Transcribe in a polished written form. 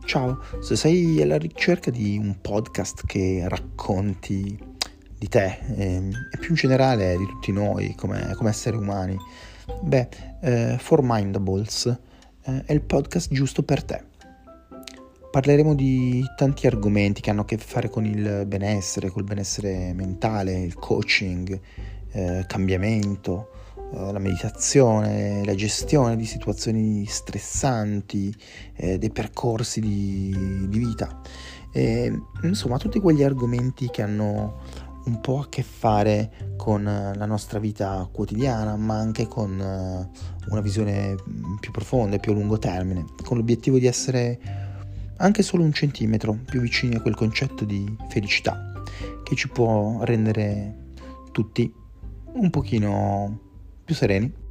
Ciao, se sei alla ricerca di un podcast che racconti di te e più in generale di tutti noi come esseri umani, Formindables è il podcast giusto per te. Parleremo di tanti argomenti che hanno a che fare con il benessere, col benessere mentale, il coaching, cambiamento, la meditazione, la gestione di situazioni stressanti, dei percorsi di vita. Insomma, tutti quegli argomenti che hanno un po' a che fare con la nostra vita quotidiana, ma anche con una visione più profonda e più a lungo termine, con l'obiettivo di essere anche solo un centimetro più vicini a quel concetto di felicità che ci può rendere tutti un pochino più sereni